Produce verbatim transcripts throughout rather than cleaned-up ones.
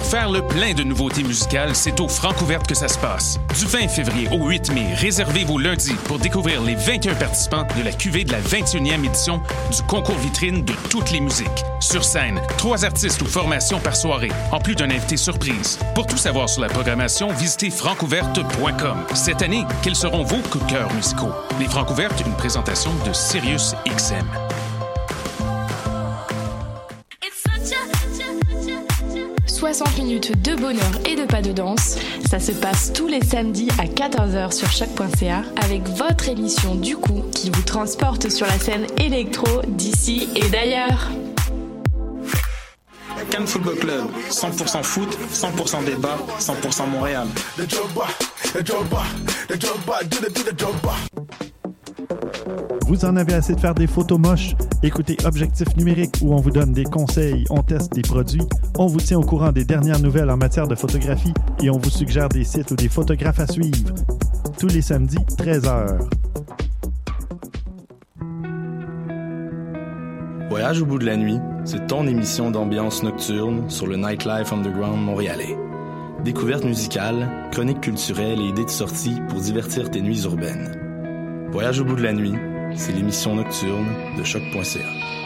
faire le plein de nouveautés musicales, c'est au Francouverte que ça se passe. Du vingt février au huit mai, réservez vos lundis pour découvrir les vingt et un participants de la cuvée de la vingt et unième édition du concours vitrine de toutes les musiques. Sur scène, trois artistes ou formations par soirée, en plus d'un invité surprise. Pour tout savoir sur la programmation, visitez francouverte point com. Cette année, quels seront vos coups de cœur musicaux? Les Francouvertes, une présentation de Sirius X M. soixante minutes de bonheur et de pas de danse. Ça se passe tous les samedis à quatorze heures sur choc point c a avec votre émission du coup qui vous transporte sur la scène électro d'ici et d'ailleurs. Cannes Football Club, cent pour cent foot, cent pour cent débat, cent pour cent Montréal. Vous en avez assez de faire des photos moches? Écoutez Objectif Numérique où on vous donne des conseils, on teste des produits, on vous tient au courant des dernières nouvelles en matière de photographie et on vous suggère des sites ou des photographes à suivre. Tous les samedis, treize heures. Voyage au bout de la nuit, c'est ton émission d'ambiance nocturne sur le Nightlife Underground montréalais. Découvertes musicales, chroniques culturelles et idées de sortie pour divertir tes nuits urbaines. Voyage au bout de la nuit, c'est l'émission nocturne de choc point c a.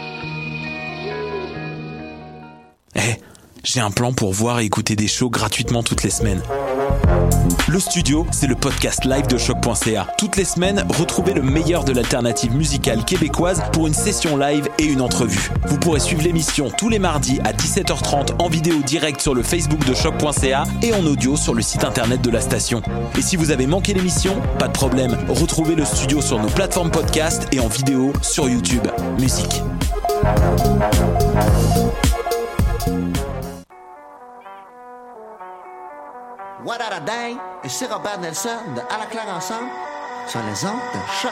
Eh, hey, j'ai un plan pour voir et écouter des shows gratuitement toutes les semaines. Le Studio, c'est le podcast live de choc point c a. Toutes les semaines, retrouvez le meilleur de l'alternative musicale québécoise pour une session live et une entrevue. Vous pourrez suivre l'émission tous les mardis à dix-sept heures trente en vidéo direct sur le Facebook de choc point c a et en audio sur le site internet de la station. Et si vous avez manqué l'émission, pas de problème, retrouvez le Studio sur nos plateformes podcast et en vidéo sur YouTube. Musique. What a dang, et c'est Robert Nelson de À la claire ensemble sur les ondes de choc.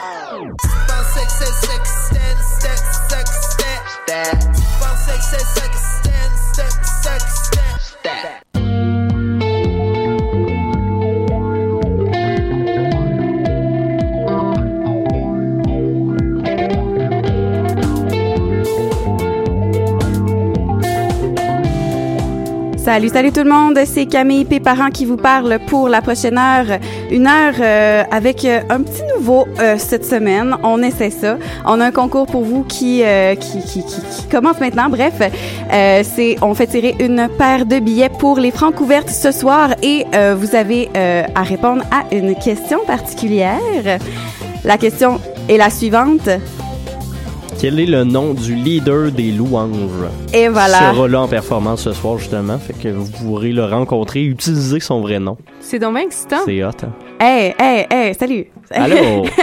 Salut, salut tout le monde, c'est Camille Péparent qui vous parle pour la prochaine heure. Une heure euh, avec euh, un petit nouveau euh, cette semaine, on essaie ça. On a un concours pour vous qui euh, qui, qui, qui, qui commence maintenant. Bref, euh, c'est on fait tirer une paire de billets pour les Francouvertes ce soir et euh, vous avez euh, à répondre à une question particulière. La question est la suivante. Quel est le nom du leader des louanges? Et voilà. Il sera là en performance ce soir, justement. Fait que vous pourrez le rencontrer et utiliser son vrai nom. C'est donc bien excitant. C'est hot. Hein? Hey, hey, hey, salut. Allô?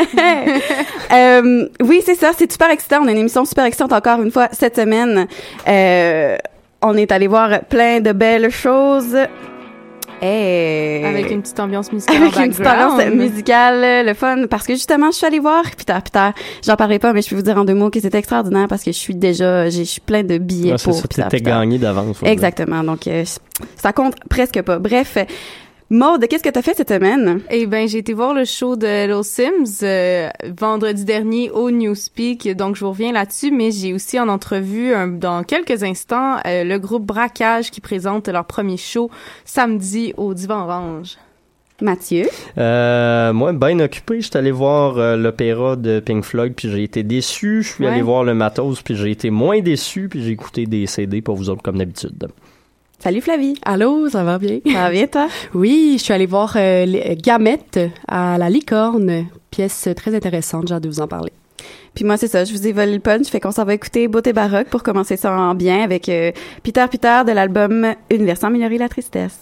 euh, oui, c'est ça. C'est super excitant. On a une émission super excitante encore une fois cette semaine. Euh, on est allé voir plein de belles choses. Hey. Avec une petite ambiance musicale. Avec une petite ambiance musicale, le fun. Parce que justement, je suis allée voir Peter Peter. J'en parlerai pas, mais je peux vous dire en deux mots que c'est extraordinaire parce que je suis déjà, j'ai, je suis plein de billets ouais, pour ça, Peter Peter. T'es gagné d'avance. Exactement. Donc, euh, ça compte presque pas. Bref. Maude, qu'est-ce que t'as fait cette semaine? Eh ben, j'ai été voir le show de Little Sims euh, vendredi dernier au Newspeak, donc je vous reviens là-dessus, mais j'ai aussi en entrevue un, dans quelques instants euh, le groupe Braquage qui présente leur premier show samedi au Divan Orange. Mathieu? Euh, moi, bien occupé, j'étais allé voir euh, l'opéra de Pink Floyd, puis j'ai été déçu. Je suis ouais. allé voir le Matos, puis j'ai été moins déçu, puis j'ai écouté des C D pour vous autres comme d'habitude. Salut Flavie. Allô, ça va bien? Ça va bien, toi? Oui, je suis allée voir euh, Gamette à la Licorne. Pièce très intéressante, j'ai hâte de vous en parler. Puis moi, c'est ça, je vous ai volé le punch, fait qu'on s'en va écouter Beauté Baroque pour commencer ça en bien avec euh, Peter Peter de l'album Une version améliorée de la tristesse.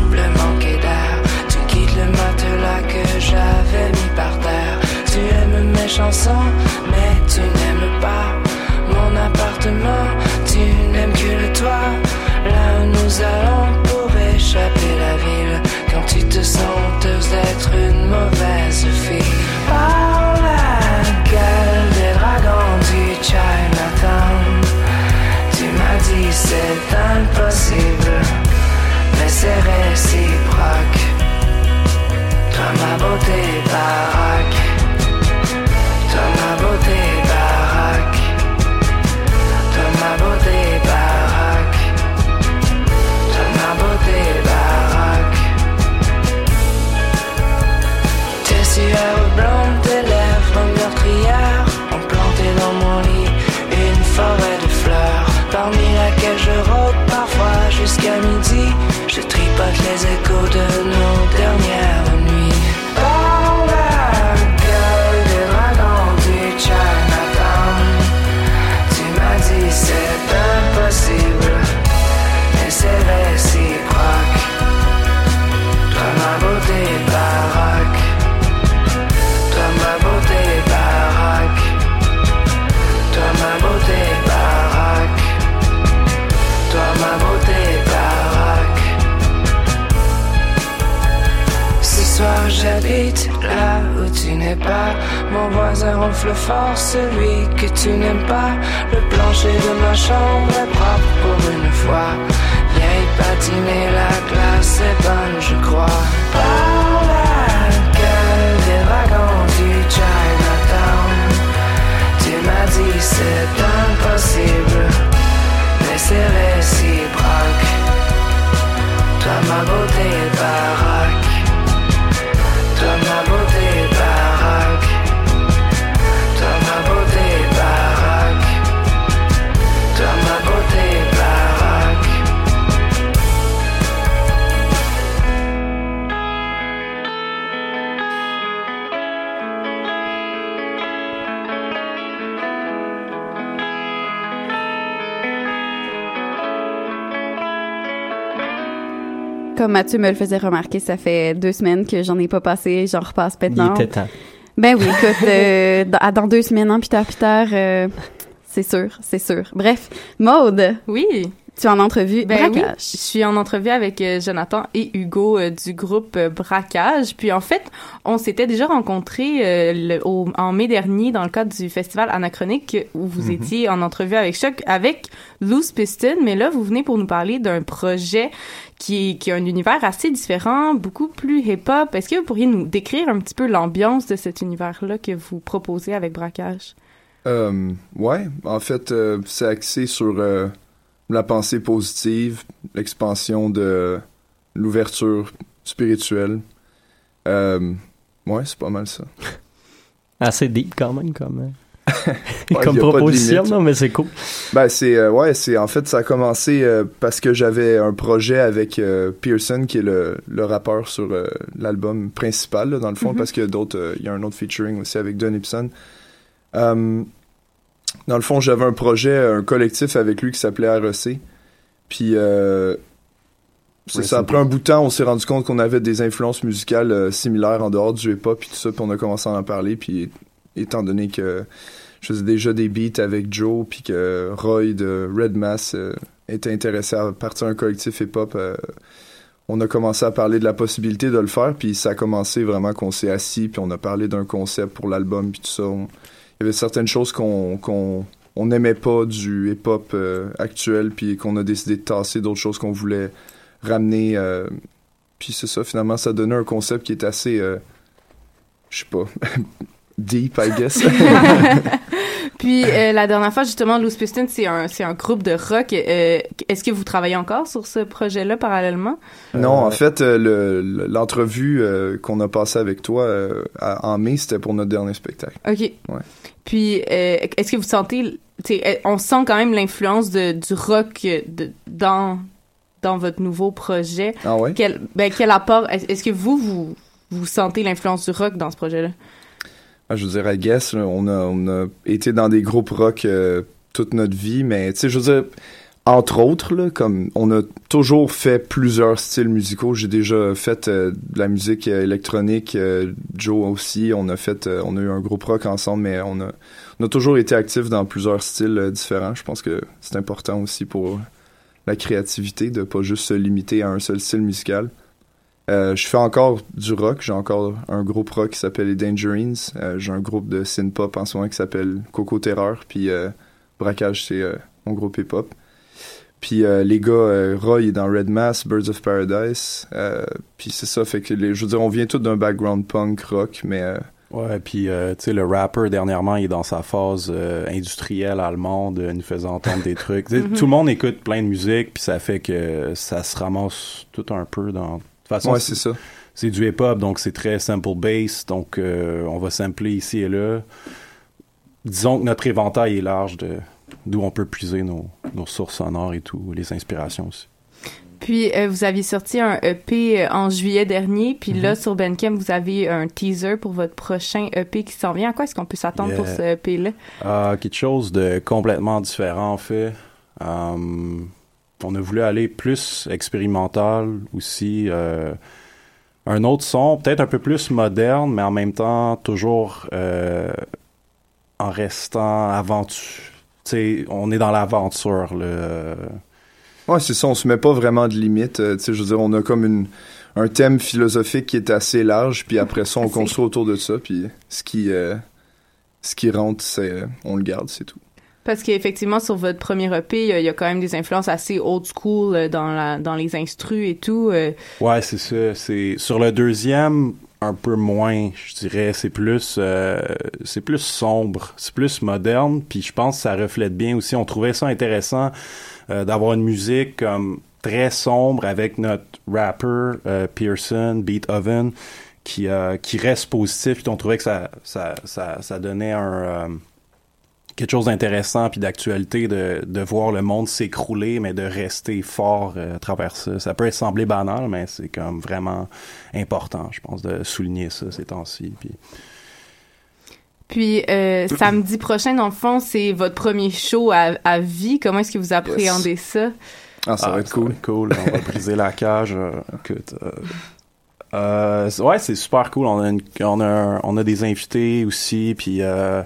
J'avais mis par terre, tu aimes chansons, mais tu n'aimes pas mon appartement, tu n'aimes que le toit. Là où nous allons pour échapper la ville, quand tu te sens honteuse d'être une mauvaise fille. Par la gueule des dragons du Chinatown, tu m'as dit c'est impossible, mais c'est réciproque. Toi ma beauté baraque, toi ma beauté baraque, toi ma beauté baraque, toi ma beauté baraque. Tes sueurs blondes, tes lèvres meurtrières ont planté dans mon lit une forêt de fleurs, parmi laquelle je rôde parfois jusqu'à midi. Je tripote les échos de nos dernières nuits. Par la gueule des dragons du Chinatown, tu m'as dit c'est impossible, mais c'est réciproque. Toi ma beauté baraque, toi ma beauté baraque, toi ma beauté baraque, toi ma beauté baraque. Ce soir j'habite là où tu n'es pas, mon voisin ronfle fort, celui que tu n'aimes pas. Le plancher de ma chambre est propre pour une fois. Viens y patiner, la glace est bonne je crois. Par la gueule des dragons du Chinatown, tu m'as dit c'est impossible, mais c'est réciproque. Toi ma beauté baraque, toi ma beauté baraque, toi ma beauté baraque, toi ma beauté baraque. Comme Mathieu me le faisait remarquer, ça fait deux semaines que j'en ai pas passé, j'en repasse maintenant. Il était temps. Ben oui, écoute, euh, dans, dans deux semaines, hein, Peter, Peter, euh, c'est sûr, c'est sûr. Bref, Maude. Oui. Tu es en entrevue ben Braquage. Oui, je suis en entrevue avec euh, Jonathan et Hugo euh, du groupe euh, Braquage. Puis en fait, on s'était déjà rencontrés euh, le, au, en mai dernier dans le cadre du festival Anachronique où vous mm-hmm. étiez en entrevue avec Choc avec Loose Piston. Mais là, vous venez pour nous parler d'un projet qui, qui a un univers assez différent, beaucoup plus hip-hop. Est-ce que vous pourriez nous décrire un petit peu l'ambiance de cet univers-là que vous proposez avec Braquage? Euh, ouais, en fait, euh, c'est axé sur... Euh la pensée positive, l'expansion de l'ouverture spirituelle. Euh, ouais, c'est pas mal ça. Assez deep quand même, comme, ouais, comme proposition, non, mais c'est cool. Ben, c'est, euh, ouais, c'est, en fait, ça a commencé euh, parce que j'avais un projet avec euh, Pearson, qui est le, le rappeur sur euh, l'album principal, là, dans le fond, mm-hmm. parce qu'il y a d'autres, il euh, y a un autre featuring aussi avec Don Ibsen. Euh, Dans le fond, j'avais un projet, un collectif avec lui qui s'appelait R E C. Puis, euh, c'est ouais, ça. C'est après un bout de temps, on s'est rendu compte qu'on avait des influences musicales euh, similaires en dehors du hip-hop et tout ça. Puis on a commencé à en parler. Puis, étant donné que je faisais déjà des beats avec Joe, puis que Roy de Red Mass euh, était intéressé à partir d'un collectif hip-hop, euh, on a commencé à parler de la possibilité de le faire. Puis ça a commencé vraiment qu'on s'est assis, puis on a parlé d'un concept pour l'album, puis tout ça. On, il y avait certaines choses qu'on qu'on on n'aimait pas du hip-hop euh, actuel, puis qu'on a décidé de tasser, d'autres choses qu'on voulait ramener. Euh, puis c'est ça, finalement, ça donnait un concept qui est assez, euh, je sais pas, deep, I guess. Puis euh, la dernière fois, justement, Loose Piston, c'est un, c'est un groupe de rock. Euh, est-ce que vous travaillez encore sur ce projet-là parallèlement? Non, en fait, euh, le, l'entrevue euh, qu'on a passée avec toi euh, à, en mai, c'était pour notre dernier spectacle. OK. Ouais. Puis, euh, est-ce que vous sentez... On sent quand même l'influence de, du rock de, dans, dans votre nouveau projet. Ah ouais? Quel, ben, quel apport... Est-ce que vous, vous, vous sentez l'influence du rock dans ce projet-là? Ah, je veux dire, I guess, on a, on a été dans des groupes rock euh, toute notre vie, mais tu sais, je veux dire, entre autres, là, comme on a toujours fait plusieurs styles musicaux. J'ai déjà fait euh, de la musique euh, électronique, euh, Joe aussi. On a fait, euh, on a eu un groupe rock ensemble, mais on a, on a toujours été actifs dans plusieurs styles euh, différents. Je pense que c'est important aussi pour la créativité de pas juste se limiter à un seul style musical. Euh, je fais encore du rock. J'ai encore un groupe rock qui s'appelle les Dangerines. Euh, j'ai un groupe de synth-pop en ce moment qui s'appelle Coco Terreur. Puis euh, Braquage, c'est euh, mon groupe hip-hop. Puis euh, les gars, euh, Roy est dans Red Mass, Birds of Paradise. Euh, puis c'est ça, fait que les, je veux dire, on vient tous d'un background punk rock, mais... Euh, ouais, puis euh, tu sais, le rapper, dernièrement, il est dans sa phase euh, industrielle allemande, euh, nous faisant entendre des trucs. Mm-hmm. Tout le monde écoute plein de musique, puis ça fait que ça se ramasse tout un peu dans... De toute façon, ouais, c'est, c'est ça. C'est du hip-hop, donc c'est très sample bass, donc euh, on va sampler ici et là. Disons que notre éventail est large de... d'où on peut puiser nos, nos sources sonores et tout, les inspirations aussi. Puis, euh, vous aviez sorti un E P en juillet dernier, puis mm-hmm. là, sur Bandcamp, vous avez un teaser pour votre prochain E P qui s'en vient. À quoi est-ce qu'on peut s'attendre yeah. pour ce E P-là? Euh, quelque chose de complètement différent, en fait. Um, on a voulu aller plus expérimental aussi. Euh, un autre son, peut-être un peu plus moderne, mais en même temps, toujours euh, en restant aventure. T'sais, on est dans l'aventure, là. Ouais, c'est ça, on se met pas vraiment de limites. Euh, je veux dire, on a comme une, un thème philosophique qui est assez large, puis après ça, on construit autour de ça, puis ce qui, euh, ce qui rentre, c'est, on le garde, c'est tout. Parce qu'effectivement, sur votre premier E P, il y a quand même des influences assez old school dans, la, dans les instrus et tout. Euh. Ouais, c'est ça. C'est, sur le deuxième... un peu moins, je dirais, c'est plus euh, c'est plus sombre, c'est plus moderne, puis je pense que ça reflète bien aussi. On trouvait ça intéressant euh, d'avoir une musique comme très sombre avec notre rapper euh, Pearson, Beat Oven, qui euh, qui reste positif, puis on trouvait que ça ça ça, ça donnait un euh, quelque chose d'intéressant puis d'actualité de, de voir le monde s'écrouler, mais de rester fort euh, à travers ça. Ça peut sembler banal, mais c'est comme vraiment important, je pense, de souligner ça ces temps-ci. Puis, puis euh, samedi prochain, dans le fond, c'est votre premier show à, à vie. Comment est-ce que vous appréhendez yes. ça? Ah, ça ah, va être cool. Va être cool. On va briser la cage. Euh, écoute, euh, euh, ouais, c'est super cool. On a, une, on a, un, on a des invités aussi, puis... Euh,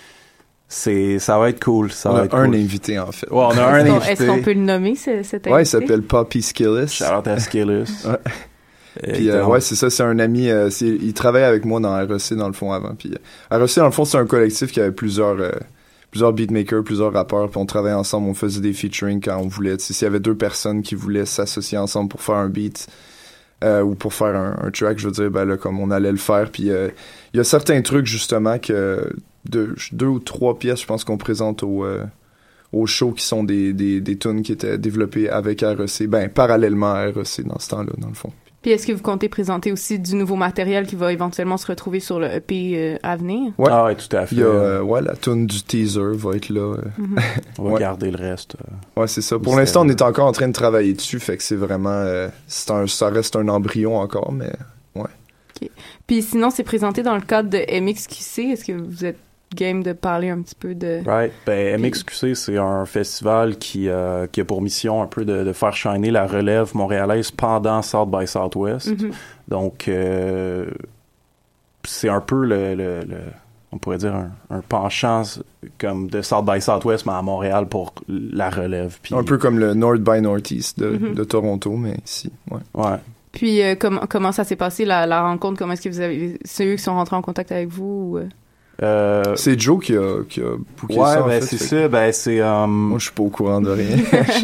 C'est, ça va être cool. Ça on va a être un cool. invité, en fait. Ouais, on a un est-ce invité. Est-ce qu'on peut le nommer, ce, cet invité? Ouais, il s'appelle Poppy Skillis. Shout out à Skillis. ouais. Puis, euh, ouais, c'est ça, c'est un ami. Euh, c'est, il travaille avec moi dans R E C, dans le fond, avant. Puis, euh, R E C, dans le fond, c'est un collectif qui avait plusieurs, euh, plusieurs beatmakers, plusieurs rappeurs. Puis, on travaillait ensemble, on faisait des featuring quand on voulait. Tu sais, s'il y avait deux personnes qui voulaient s'associer ensemble pour faire un beat euh, ou pour faire un, un track, je veux dire, ben là, comme on allait le faire. Puis, il euh, y a certains trucs, justement, que... De, deux ou trois pièces, je pense qu'on présente au, euh, au show qui sont des, des, des tunes qui étaient développées avec R E C, ben parallèlement à R E C dans ce temps-là, dans le fond. Puis est-ce que vous comptez présenter aussi du nouveau matériel qui va éventuellement se retrouver sur le E P euh, à venir? Ouais. Ah ouais, tout à fait. Il y a, euh, ouais, la tune du teaser va être là. Euh. Mm-hmm. On va ouais. garder le reste. Euh, ouais, c'est ça. Pour l'instant, on est encore en train de travailler dessus, fait que c'est vraiment... Euh, c'est un, ça reste un embryon encore, mais ouais. OK. Puis sinon, c'est présenté dans le cadre de M X Q C. Est-ce que vous êtes game de parler un petit peu de... Right. Ben, M X Q C, c'est un festival qui, euh, qui a pour mission un peu de, de faire shiner la relève montréalaise pendant South by Southwest. Mm-hmm. Donc, euh, c'est un peu le, le, le on pourrait dire un, un penchant comme de South by Southwest, mais à Montréal pour la relève. Puis... Un peu comme le North by Northeast de, mm-hmm. de Toronto, mais ici, ouais. Ouais. Puis, euh, com- comment ça s'est passé, la, la rencontre? Comment est-ce que vous avez... C'est eux qui sont rentrés en contact avec vous ou... Euh, c'est Joe qui a, qui a booké ouais, ça, en ben fait. c'est fait ça, ben c'est... Um... Moi, je suis pas au courant de rien.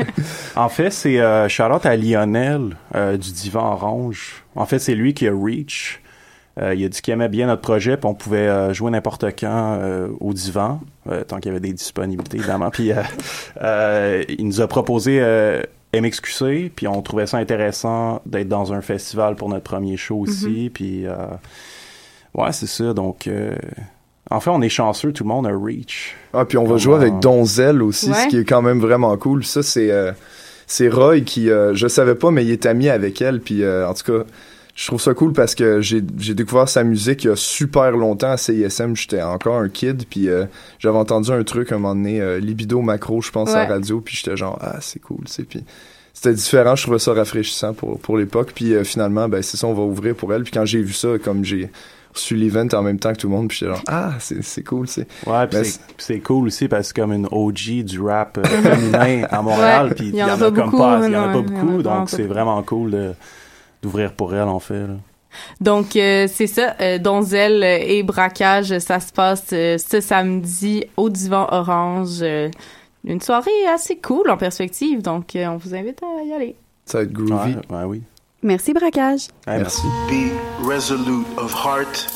En fait, c'est euh, shout-out à Lionel euh, du Divan Orange. En fait, c'est lui qui a reach. Euh, il a dit qu'il aimait bien notre projet, puis on pouvait euh, jouer n'importe quand euh, au Divan, euh, tant qu'il y avait des disponibilités, évidemment. Puis euh, euh, il nous a proposé euh, M X Q C, puis on trouvait ça intéressant d'être dans un festival pour notre premier show aussi. Mm-hmm. Puis, euh, ouais, c'est ça, donc... Euh, En fait, on est chanceux, tout le monde a reach. Ah, puis on va Comme jouer euh... avec Donzel aussi, ouais. ce qui est quand même vraiment cool. Ça, c'est euh, c'est Roy qui, euh, je savais pas, mais il est ami avec elle. Puis euh, en tout cas, je trouve ça cool parce que j'ai j'ai découvert sa musique il y a super longtemps à C I S M. J'étais encore un kid, puis euh, j'avais entendu un truc un moment donné, euh, Libido Macro, je pense, ouais. à la radio, puis j'étais genre, ah, c'est cool, c'est puis c'était différent, je trouvais ça rafraîchissant pour, pour l'époque, puis euh, finalement, ben c'est ça, on va ouvrir pour elle, puis quand j'ai vu ça, comme j'ai reçu l'event en même temps que tout le monde, puis j'étais genre, ah, c'est, c'est cool, c'est... Ouais, puis c'est, c'est cool aussi, parce que comme une O G du rap euh, féminin à Montréal, puis il y, y en a, a comme beaucoup, pas, il y en a pas beaucoup, donc c'est vraiment cool de, d'ouvrir pour elle, en fait, là. Donc, euh, c'est ça, euh, Donzelle et Braquage, ça se passe euh, ce samedi au Divan Orange, euh, une soirée assez cool en perspective, donc euh, on vous invite à y aller. Ça va être groovy. Ouais, ouais, oui. Merci, Braquage. Ouais, merci. Be resolute of heart.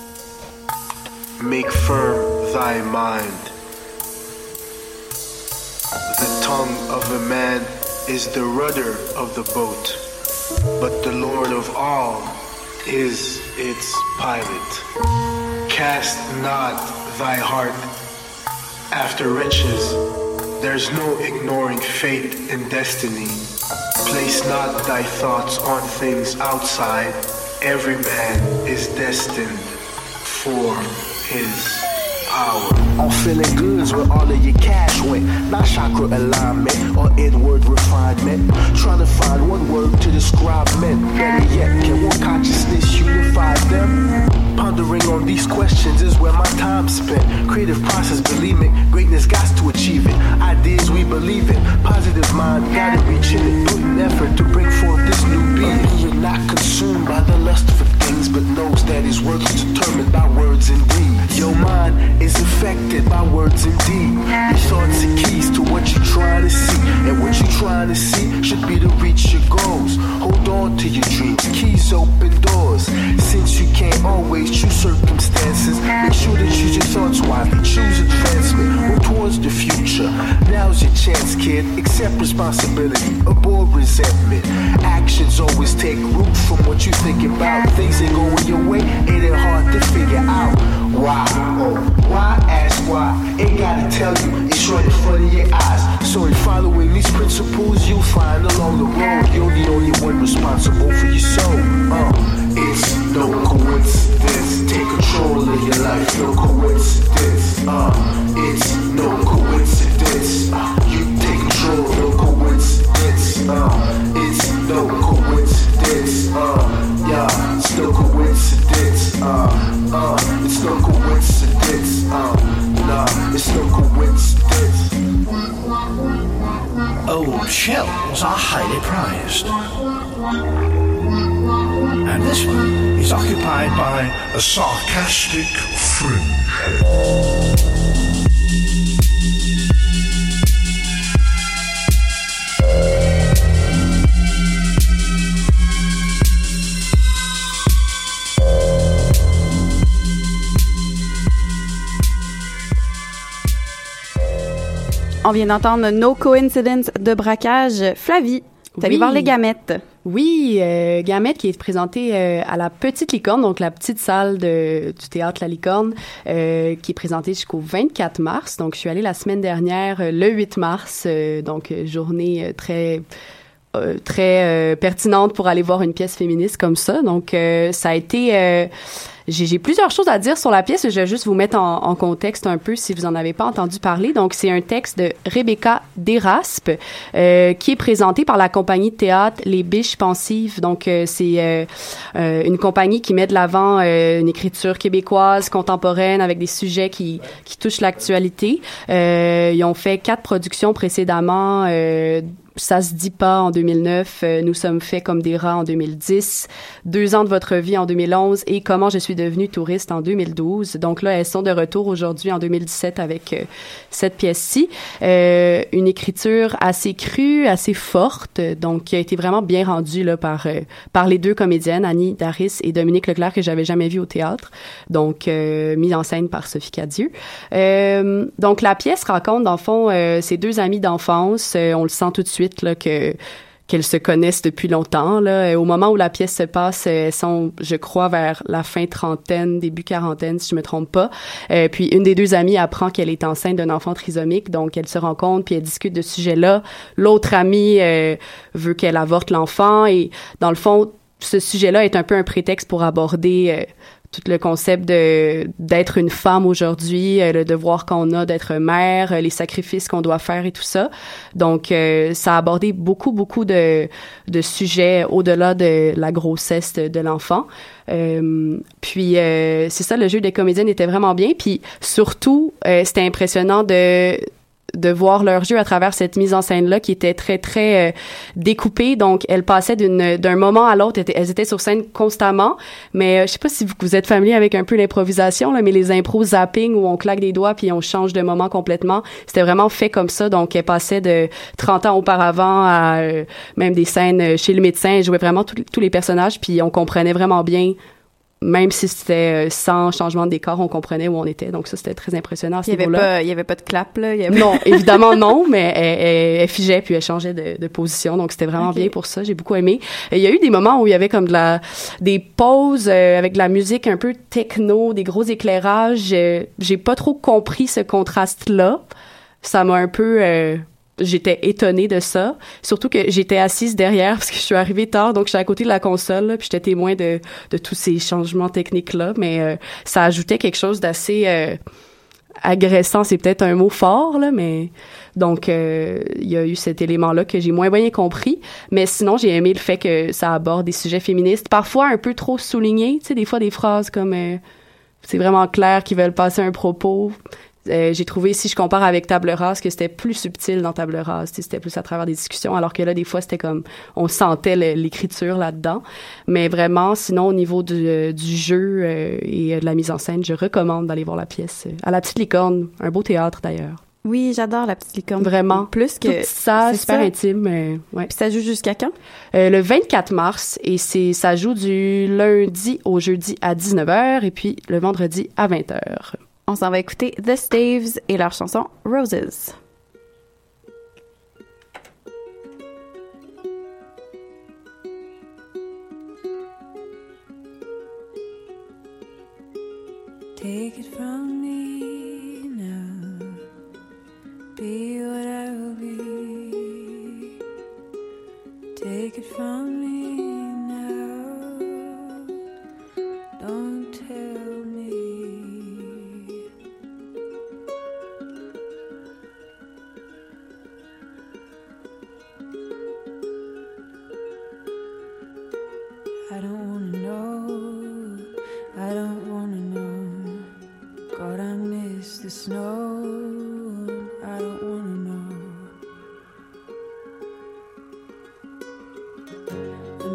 Make firm thy mind. The tongue of a man is the rudder of the boat, but the Lord of all is its pilot. Cast not thy heart after riches. There's no ignoring fate and destiny. Place not thy thoughts on things outside. Every man is destined for his hour. On feeling goods where all of your cash went. Not chakra alignment or inward refinement. Trying to find one word to describe men. Better yet, can one consciousness unify them? Pondering on these questions is where my time spent. Creative process, believe me, greatness got to achieve it. Ideas we believe in, positive mind, gotta reach in it. Putting effort to bring forth this new being. You're not consumed by the lust for things, but knows that his work is determined by words and deeds. Your mind is affected by words and deeds. Your thoughts are keys to what you're trying to see, and what you're trying to see should be to reach your goals. Hold on to your dreams, keys open doors. Since you can't always choose circumstances, make sure to choose your thoughts wisely. Choose advancement, move towards the future. Now's your chance, kid. Accept responsibility, avoid resentment. Actions always take root from what you think about. Things ain't going your way, it ain't hard to figure out. Why? Oh, why? Ask why. Ain't gotta tell you, it's right in front of your eyes. So in following these principles, you'll find along the road you're the only one responsible for your soul. Uh, it's no coincidence. Take control of your life, no coincidence. Uh, it's no coincidence. Uh, you take control, no coincidence. Uh, it's no coincidence. Uh, yeah, it's no coincidence. Uh, uh, it's no coincidence. Uh, nah, it's no coincidence. Old shells are highly prized. And this one is occupied by a sarcastic fringehead. On vient d'entendre No Coincidence de Braquage. Flavie, t'es allée Oui. voir les Gamètes. Oui, euh, Gamètes qui est présenté euh, à la Petite Licorne, donc la petite salle de, du théâtre La Licorne, euh, qui est présentée jusqu'au vingt-quatre mars. Donc, je suis allée la semaine dernière, euh, le huit mars, euh, donc euh, journée euh, très... Euh, très euh, pertinente pour aller voir une pièce féministe comme ça. Donc, euh, ça a été... Euh, j'ai, j'ai plusieurs choses à dire sur la pièce. Je vais juste vous mettre en, en contexte un peu si vous en avez pas entendu parler. Donc, c'est un texte de Rebecca Deraspe euh, qui est présenté par la compagnie de théâtre Les Biches Pensives. Donc, euh, c'est euh, euh, une compagnie qui met de l'avant euh, une écriture québécoise, contemporaine, avec des sujets qui, qui touchent l'actualité. Euh, ils ont fait quatre productions précédemment, euh, Ça se dit pas en deux mille neuf, euh, Nous sommes faits comme des rats en deux mille dix, Deux ans de votre vie en deux mille onze et Comment je suis devenue touriste en deux mille douze. Donc là, elles sont de retour aujourd'hui en deux mille dix-sept avec euh, cette pièce-ci. Euh, une écriture assez crue, assez forte, donc qui a été vraiment bien rendue là par euh, par les deux comédiennes, Annie Daris et Dominique Leclerc, que j'avais jamais vu au théâtre. Donc euh, mise en scène par Sophie Cadieux. Euh, donc la pièce raconte dans le fond euh, ces deux amies d'enfance. Euh, on le sent tout de suite là que qu'elles se connaissent depuis longtemps là. Et au moment où la pièce se passe, elles sont, je crois, vers la fin trentaine, début quarantaine, si je me trompe pas. Euh, puis une des deux amies apprend qu'elle est enceinte d'un enfant trisomique, donc elle se rencontre puis elle discute de ce sujet-là. L'autre amie euh, veut qu'elle avorte l'enfant et dans le fond, ce sujet-là est un peu un prétexte pour aborder euh, tout le concept de d'être une femme aujourd'hui, euh, le devoir qu'on a d'être mère, euh, les sacrifices qu'on doit faire et tout ça. Donc, euh, ça a abordé beaucoup, beaucoup de, de sujets au-delà de la grossesse de, de l'enfant. Euh, puis, euh, c'est ça, le jeu des comédiennes était vraiment bien. Puis, surtout, euh, c'était impressionnant de de voir leur jeu à travers cette mise en scène-là qui était très, très euh, découpée. Donc, elles passaient d'une, d'un moment à l'autre. Elles étaient sur scène constamment. Mais euh, je sais pas si vous, vous êtes familier avec un peu l'improvisation, là, mais les impros zapping où on claque des doigts puis on change de moment complètement, c'était vraiment fait comme ça. Donc, elles passaient de trente ans auparavant à euh, même des scènes chez le médecin. Elles jouaient vraiment tout, tous les personnages puis on comprenait vraiment bien. Même si c'était sans changement de décor, on comprenait où on était. Donc ça, c'était très impressionnant à ce niveau-là. Il y avait pas, il y avait pas de clap, là? Il y avait... Non, évidemment non, mais elle, elle, elle figeait puis elle changeait de, de position. Donc c'était vraiment okay. bien pour ça. J'ai beaucoup aimé. Et il y a eu des moments où il y avait comme de la, des pauses euh, avec de la musique un peu techno, des gros éclairages. Euh, j'ai pas trop compris ce contraste-là. Ça m'a un peu... Euh, J'étais étonnée de ça, surtout que j'étais assise derrière parce que je suis arrivée tard, donc j'étais à côté de la console, là, puis j'étais témoin de de tous ces changements techniques-là, mais euh, ça ajoutait quelque chose d'assez euh, agressant, c'est peut-être un mot fort, là, mais donc euh, il y a eu cet élément-là que j'ai moins bien compris, mais sinon j'ai aimé le fait que ça aborde des sujets féministes, parfois un peu trop soulignés, tu sais, des fois des phrases comme euh, c'est vraiment clair qu'ils veulent passer un propos. Euh, j'ai trouvé, si je compare avec Table Rase, que c'était plus subtil dans Table Rase, c'était plus à travers des discussions, alors que là, des fois, c'était comme, on sentait le, l'écriture là-dedans. Mais vraiment, sinon, au niveau du, euh, du jeu euh, et de la mise en scène, je recommande d'aller voir la pièce euh, à La Petite Licorne, un beau théâtre d'ailleurs. Oui, j'adore La Petite Licorne. Vraiment. Plus que... Tout ça, c'est super ça. intime. Euh, ouais. Puis ça joue jusqu'à quand? Euh, le vingt-quatre mars, et c'est ça joue du lundi au jeudi à dix-neuf heures, et puis le vendredi à vingt heures. On s'en va écouter The Staves et leur chanson Roses. Take it from me now, be what I will be. Take it from me now, don't tell me. I don't wanna know, I don't wanna know. God, I miss the snow, I don't wanna know.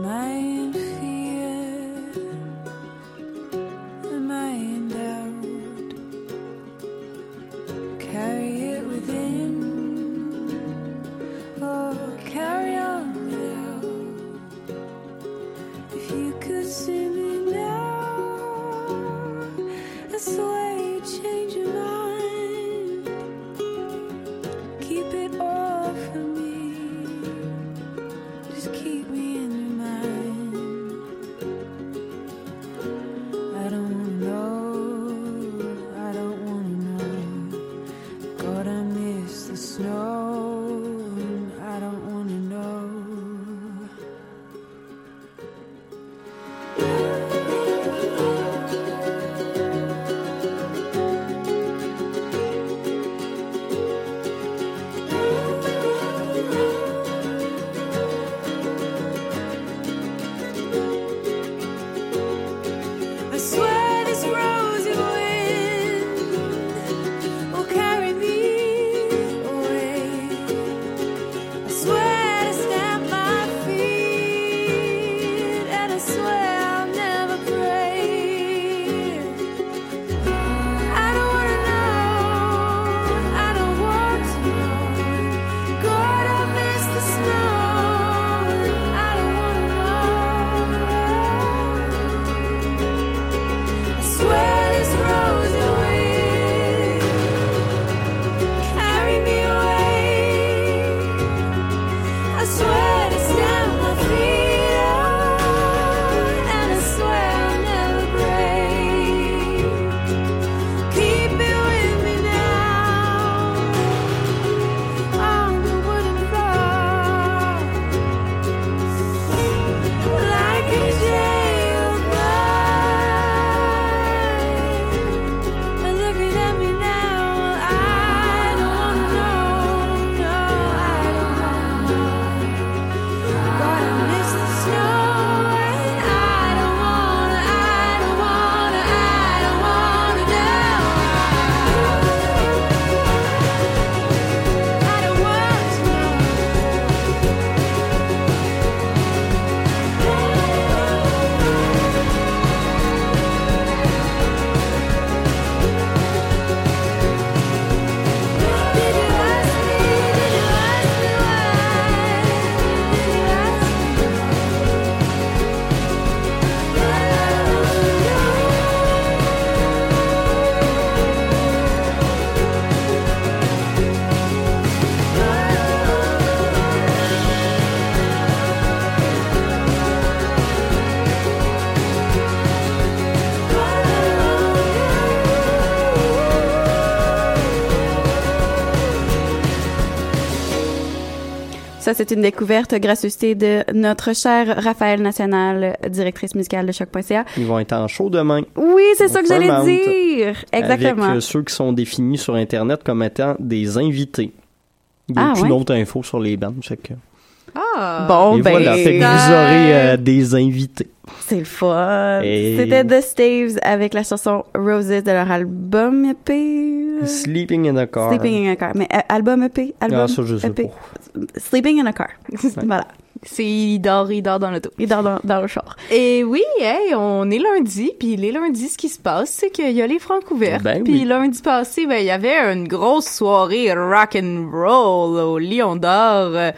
Ça, c'est une découverte gracieuseté de notre chère Raphaël National, directrice musicale de choc point c a. Ils vont être en show demain. Oui, c'est ça que j'allais dire. Exactement. Avec euh, ceux qui sont définis sur Internet comme étant des invités. Il n'y a Ah, aucune ouais? autre info sur les bandes. Fait que... Ah! Bon, Et ben, voilà, fait que vous aurez euh, des invités. c'est le fun. Et- C'était The Staves avec la chanson Roses de leur album E P. Sleeping in a car. Sleeping in a car. Mais euh, album E P? Album Ah, ça, je sais E P. pas. Sleeping in a car. Voilà. C'est, il dort, il dort dans l'auto. Il dort dans, dans le char. Et oui, hey, on est lundi, puis les lundis, ce qui se passe, c'est qu'il y a les francs ouverts. Ben Puis oui. lundi passé, ben, il y avait une grosse soirée rock and roll au Lion d'Or. Euh,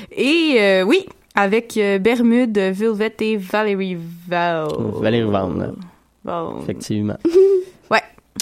Et euh, oui, avec euh, Bermude, Velvet et Valérie Val. Valérie Vaughan. Bon. Effectivement. Ouais.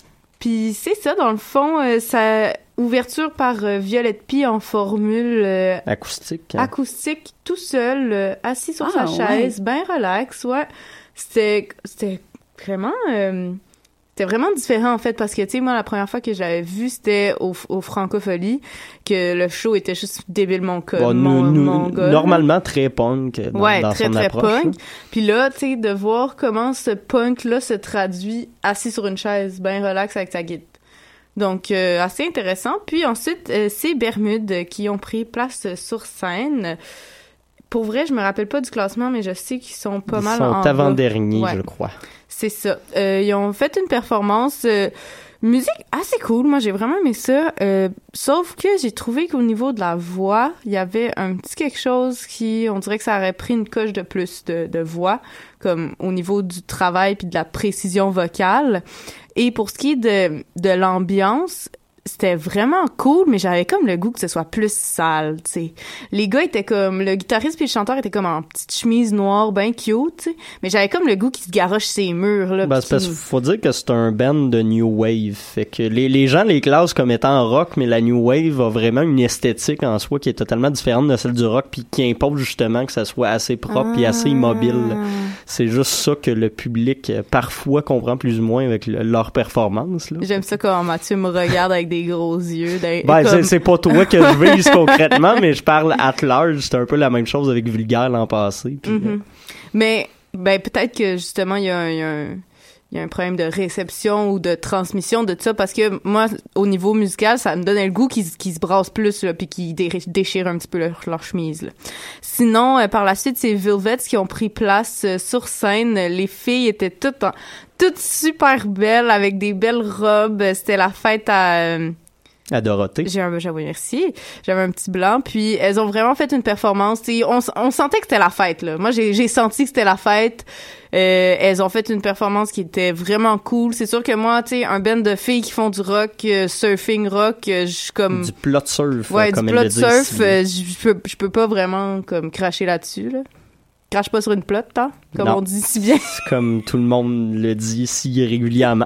Puis c'est ça, dans le fond, euh, ça ouverture par euh, Violette Pie en formule euh, Acoustique. hein. acoustique, tout seul, euh, assis sur Ah, sa chaise, bien relax, ouais. C'était, c'était vraiment, euh, c'était vraiment différent en fait parce que tu sais moi la première fois que j'avais vu c'était au, au Francophonie que le show était juste débilement co- Bon, mon, nous- nous- mongol. normalement très punk dans, ouais, dans très son très approche. punk. là. Puis là, tu sais, de voir comment ce punk-là se traduit assis sur une chaise, bien relax avec sa guitare. Donc, euh, assez intéressant. Puis ensuite, euh, c'est Bermude qui ont pris place sur scène. Pour vrai, je me rappelle pas du classement, mais je sais qu'ils sont pas Ils mal sont en bas. avant-derniers, Ouais. je crois. C'est ça. Euh, ils ont fait une performance euh, musique assez cool. Moi, j'ai vraiment aimé ça. Euh, sauf que j'ai trouvé qu'au niveau de la voix, il y avait un petit quelque chose qui, on dirait que ça aurait pris une coche de plus de, de voix, comme au niveau du travail puis de la précision vocale. Et pour ce qui est de, de l'ambiance, c'était vraiment cool, mais j'avais comme le goût que ce soit plus sale, tu sais. Les gars étaient comme, le guitariste puis le chanteur étaient comme en petite chemise noire, ben cute, tu sais. Mais j'avais comme le goût qu'ils se garochent ces murs, là. Ben, puis c'est parce qu'ils- qu'il faut dire que c'est un band de New Wave. Fait que les, les gens les classent comme étant rock, mais la New Wave a vraiment une esthétique en soi qui est totalement différente de celle du rock puis qui impose justement que ça soit assez propre et assez immobile. C'est juste ça que le public euh, parfois comprend plus ou moins avec le- leur performance, là. J'aime ça quand Mathieu me regarde avec des gros yeux. d'un- Ben, comme- c'est, c'est pas toi que je vise concrètement, mais je parle at large. C'est un peu la même chose avec Vulgaire l'an passé. Puis, Mhm. Mais, ben, peut-être que justement, il y a un, il y a un, il y a un problème de réception ou de transmission de tout ça, parce que moi, au niveau musical, ça me donnait le goût qu'ils, qu'ils se brassent plus, là, puis qu'ils dé- déchirent un petit peu leur, leur chemise, là. Sinon, euh, par la suite, c'est Velvets qui ont pris place euh, sur scène. Les filles étaient toutes, en- toutes super belles, avec des belles robes. C'était la fête à... euh, à Dorothée. J'ai un, j'avais, merci. J'avais un petit blanc, puis elles ont vraiment fait une performance. T'sais, on, on sentait que c'était la fête, là. Moi, j'ai, j'ai senti que c'était la fête. Euh, elles ont fait une performance qui était vraiment cool. C'est sûr que moi, tu sais, un band de filles qui font du rock, euh, surfing rock, euh, je suis comme... Du plot surf, Ouais, comme du elle plot le dit surf, ici. euh, je peux, je peux pas vraiment, comme, cracher là-dessus, là. Crache pas sur une plot, hein, comme Non. on dit si bien. C'est comme tout le monde le dit si régulièrement.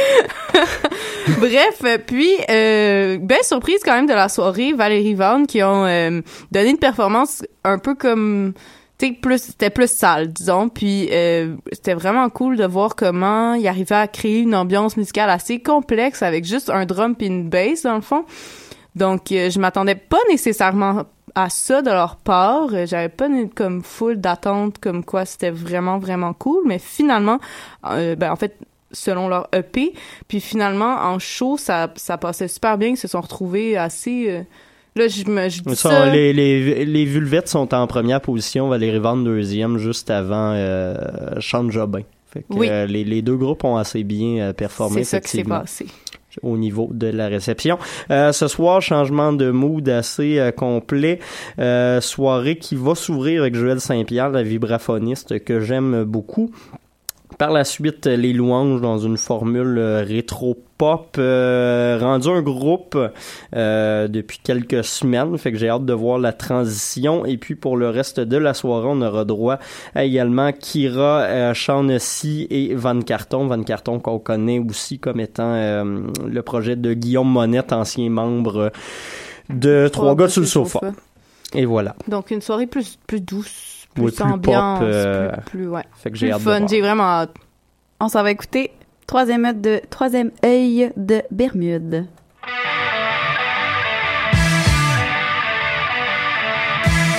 Bref, euh, puis euh, belle surprise quand même de la soirée, Valérie Vaughan qui ont euh, donné une performance un peu comme, tu sais, plus c'était plus sale, disons, puis euh, c'était vraiment cool de voir comment ils arrivaient à créer une ambiance musicale assez complexe avec juste un drum puis une bass dans le fond. Donc euh, je m'attendais pas nécessairement à ça de leur part, Euh, j'avais pas une, comme full d'attente comme quoi c'était vraiment vraiment cool, mais finalement euh, ben en fait selon leur E P. Puis finalement, en show, ça, ça passait super bien. Ils se sont retrouvés assez... euh, Là, je me je dis Ça, ça... Les, les, les Vulvettes sont en première position, Valérie Vaughan deuxième, juste avant euh, Chante Jobin. Fait que, Oui. euh, les, les deux groupes ont assez bien euh, performé, C'est ça qui s'est effectivement, passé. au niveau de la réception. Euh, ce soir, changement de mood assez euh, complet. Euh, soirée qui va s'ouvrir avec Joël Saint-Pierre, la vibraphoniste que j'aime beaucoup. Par la suite, les Louanges dans une formule euh, rétro-pop, euh, rendu un groupe euh, depuis quelques semaines, fait que j'ai hâte de voir la transition. Et puis pour le reste de la soirée, on aura droit à également Kira, euh, Shaughnessy et Van Carton. Van Carton qu'on connaît aussi comme étant euh, le projet de Guillaume Monette, ancien membre de Trois gars sur le sofa. Et voilà. Donc, une soirée plus, plus douce, plus, Oui, plus ambiance, pop, euh, plus, plus, ouais. fait que j'ai plus hâte de fun. voir. J'ai vraiment hâte. On s'en va écouter Troisième œil de, troisième œil de Bermude.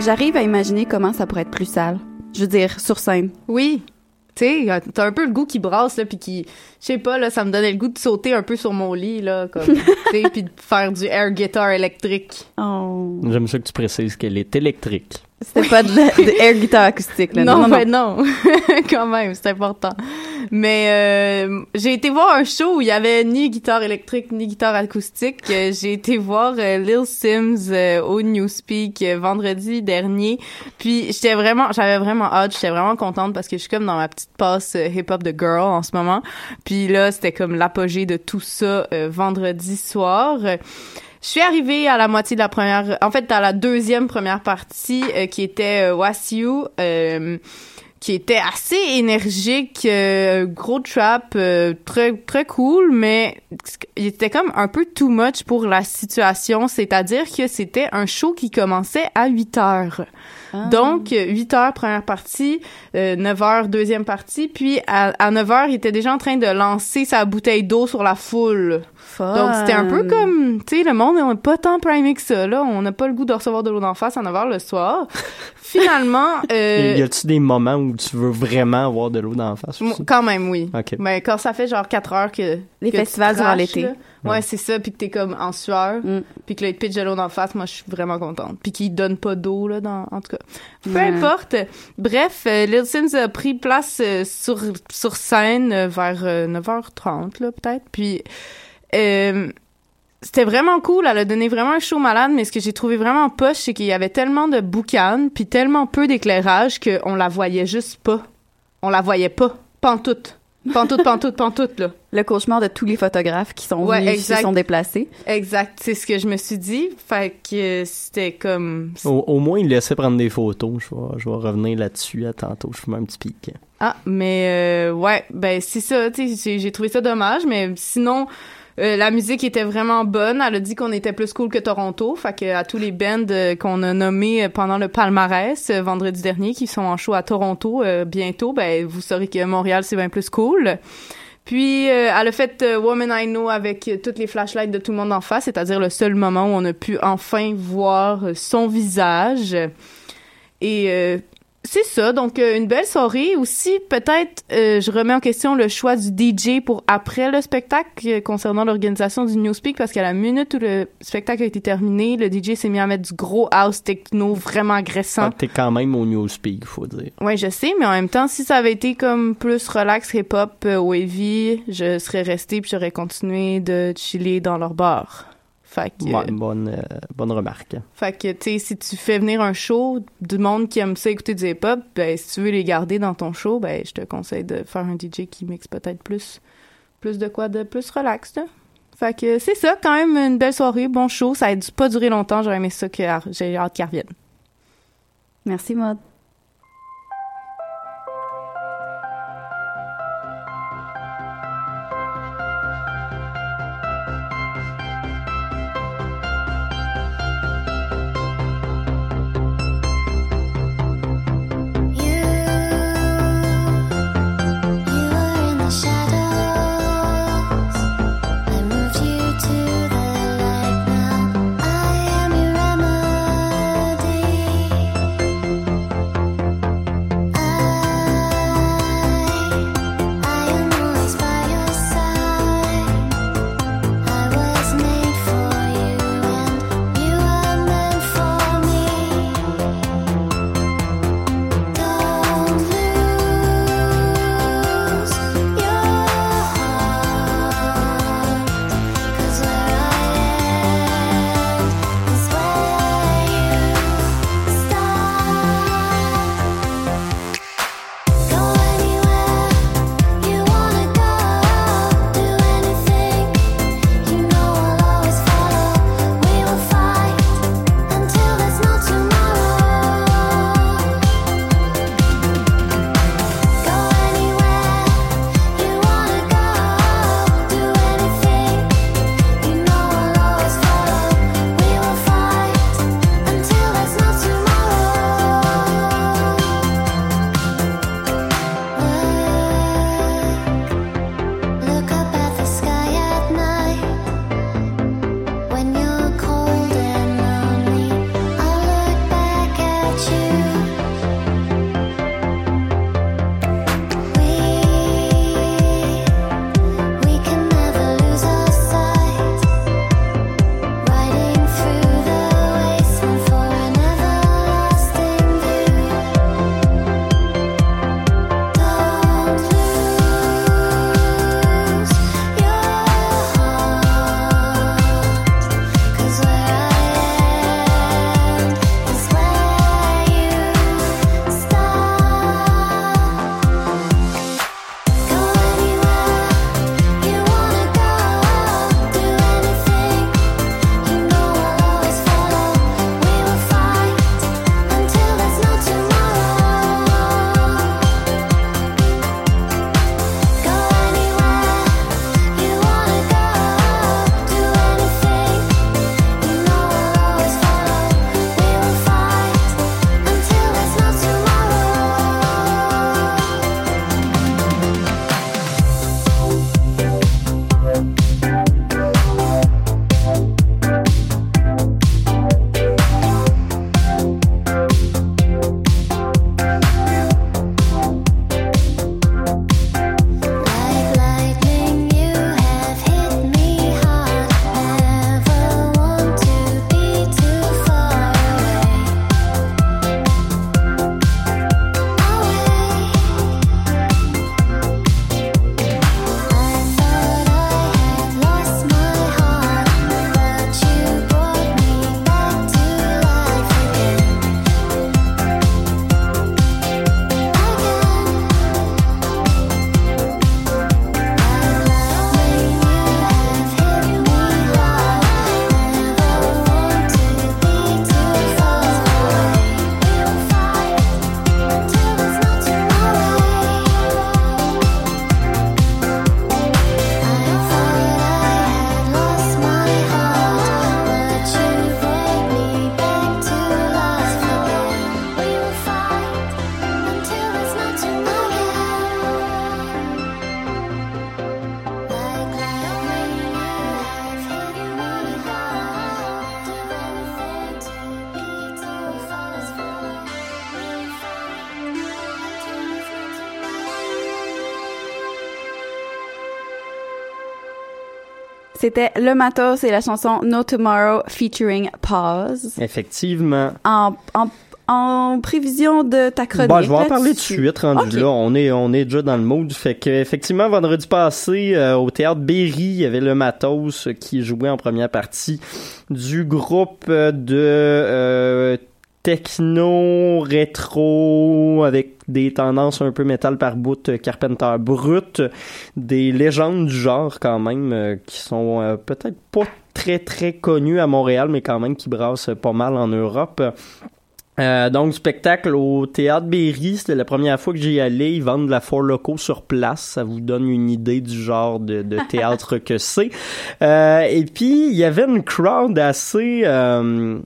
J'arrive à imaginer comment ça pourrait être plus sale. Je veux dire, sur scène. Oui. Tu sais, t'as un peu le goût qui brasse, là, puis qui... Je sais pas, là, ça me donnait le goût de sauter un peu sur mon lit, là, comme... tu sais, puis de faire du air guitar électrique. Oh. J'aime ça que tu précises qu'elle est électrique. C'était pas de, la, de air guitar acoustique, là. Non, non, non. ben non. Quand même, c'est important. Mais euh, j'ai été voir un show où il y avait ni guitare électrique ni guitare acoustique. Euh, j'ai été voir euh, Lil Sims euh, au Newspeak euh, vendredi dernier. Puis j'étais vraiment, j'avais vraiment hâte, j'étais vraiment contente parce que je suis comme dans ma petite passe euh, hip-hop de girl en ce moment. Puis là, c'était comme l'apogée de tout ça euh, vendredi soir. Je suis arrivée à la moitié de la première, en fait, à la deuxième première partie, euh, qui était euh, Wasiu, euh, qui était assez énergique, euh, gros trap, euh, très très cool, mais il était comme un peu too much pour la situation, c'est-à-dire que c'était un show qui commençait à huit heures. Ah. Donc, huit heures, première partie, euh, neuf heures, deuxième partie, puis à, à neuf heures, il était déjà en train de lancer sa bouteille d'eau sur la foule. Fun. Donc, c'était un peu comme, tu sais, le monde n'est pas tant primé que ça, là. On n'a pas le goût de recevoir de l'eau d'en face à neuf heures le soir. Finalement... Euh, y a-tu des moments où tu veux vraiment avoir de l'eau d'en face? Aussi? Quand même, oui. Okay. Mais quand ça fait genre quatre heures que... Les que festivals durant l'été. Là, ouais, ouais c'est ça, puis que t'es comme en sueur, mm. puis que là, il te pitch de l'eau d'en face, moi, je suis vraiment contente. Puis qu'il donne pas d'eau, là, dans, en tout cas. Peu mm. importe. Bref, euh, Lil Sims a pris place euh, sur, sur scène euh, vers euh, neuf heures trente, là, peut-être. Puis... Euh, c'était vraiment cool, elle a donné vraiment un show malade, mais ce que j'ai trouvé vraiment poche, c'est qu'il y avait tellement de boucanes, puis tellement peu d'éclairage qu'on la voyait juste pas. On la voyait pas. Pantoute. Pantoute, pantoute, pantoute, là. Le cauchemar de tous les photographes qui sont ouais, venus, qui se sont déplacés. Exact, c'est ce que je me suis dit. Fait que c'était comme... Au, au moins, il laissait prendre des photos. Je vais, je vais revenir là-dessus à tantôt. Je fais un petit pic. Ah, mais euh, ouais, ben c'est ça, tu sais, j'ai, j'ai trouvé ça dommage, mais sinon... Euh, la musique était vraiment bonne. Elle a dit qu'on était plus cool que Toronto. Fait que à tous les bands euh, qu'on a nommés pendant le palmarès euh, vendredi dernier, qui sont en show à Toronto euh, bientôt, ben vous saurez que Montréal c'est bien plus cool. Puis euh, elle a fait euh, Woman I Know avec euh, toutes les flashlights de tout le monde en face, c'est-à-dire le seul moment où on a pu enfin voir euh, son visage. Et euh, c'est ça, donc euh, une belle soirée. Aussi, peut-être, euh, je remets en question le choix du D J pour après le spectacle euh, concernant l'organisation du Newspeak, parce qu'à la minute où le spectacle a été terminé, le D J s'est mis à mettre du gros house techno vraiment agressant. Ah, t'es quand même au Newspeak, faut dire. Ouais, je sais, mais en même temps, si ça avait été comme plus relax hip-hop, euh, wavy, je serais restée puis j'aurais continué de chiller dans leur bar. Fait que, ouais, bonne, euh, bonne remarque. Fait que, tu sais, si tu fais venir un show du monde qui aime ça écouter du hip-hop, ben, si tu veux les garder dans ton show, ben, je te conseille de faire un D J qui mixe peut-être plus, plus de quoi, de plus relax, là. Fait que, c'est ça, quand même, une belle soirée, bon show. Ça a pas duré longtemps, j'aurais aimé ça, que j'ai hâte qu'ils reviennent. Merci, Maud. C'était Le Matos et la chanson No Tomorrow featuring Pause. Effectivement. En, en, en prévision de ta chronique. Bon, je vais en parler tout de suite, rendu okay. là. On est, on est déjà dans le mood. Fait que, effectivement, vendredi passé, euh, au Théâtre Berry, il y avait Le Matos qui jouait en première partie du groupe de, euh, techno, rétro, avec des tendances un peu métal par bout, Carpenter Brut, des légendes du genre quand même, euh, qui sont euh, peut-être pas très très connues à Montréal, mais quand même qui brassent pas mal en Europe. Euh, donc, spectacle au Théâtre Berry, c'était la première fois que j'y allais. Ils vendent de la Four Loko sur place. Ça vous donne une idée du genre de, de théâtre que c'est. Euh, et puis, il y avait une crowd assez... Euh,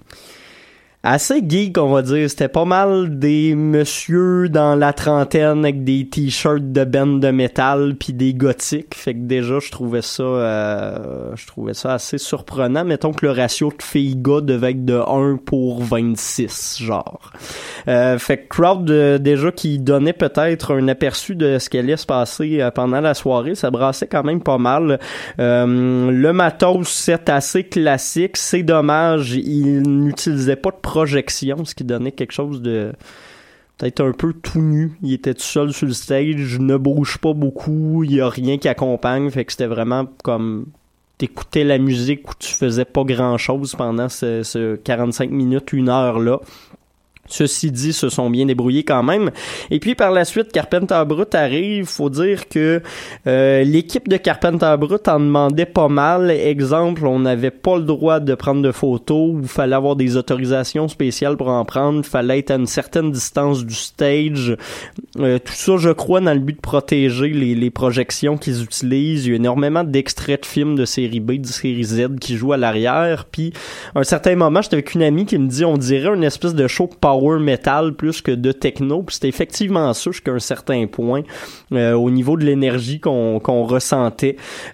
assez geek, on va dire. C'était pas mal des messieurs dans la trentaine avec des t-shirts de band de métal puis des gothiques. Fait que déjà, je trouvais ça euh, je trouvais ça assez surprenant. Mettons que le ratio de filles-gars devait être de un pour vingt-six, genre. Euh, fait que crowd, euh, déjà, qui donnait peut-être un aperçu de ce qui allait se passer euh, pendant la soirée. Ça brassait quand même pas mal. Euh, le matos, c'est assez classique. C'est dommage, il n'utilisait pas de projection, ce qui donnait quelque chose de peut-être un peu tout nu. Il était tout seul sur le stage, ne bouge pas beaucoup, il y a rien qui accompagne, fait que c'était vraiment comme t'écoutais la musique où tu faisais pas grand-chose pendant ce, ce quarante-cinq minutes, une heure là. Ceci dit, se sont bien débrouillés quand même. Et puis par la suite, Carpenter Brut arrive. Faut dire que euh, l'équipe de Carpenter Brut en demandait pas mal. Exemple, on n'avait pas le droit de prendre de photos. Il fallait avoir des autorisations spéciales pour en prendre. Il fallait être à une certaine distance du stage. Euh, tout ça, je crois, dans le but de protéger les, les projections qu'ils utilisent. Il y a énormément d'extraits de films de série B, de série Z qui jouent à l'arrière. Puis, à un certain moment, j'étais avec une amie qui me dit, on dirait une espèce de show power metal plus que de techno, puis c'était effectivement ça jusqu'à un certain point euh, au niveau de l'énergie qu'on, qu'on ressentait.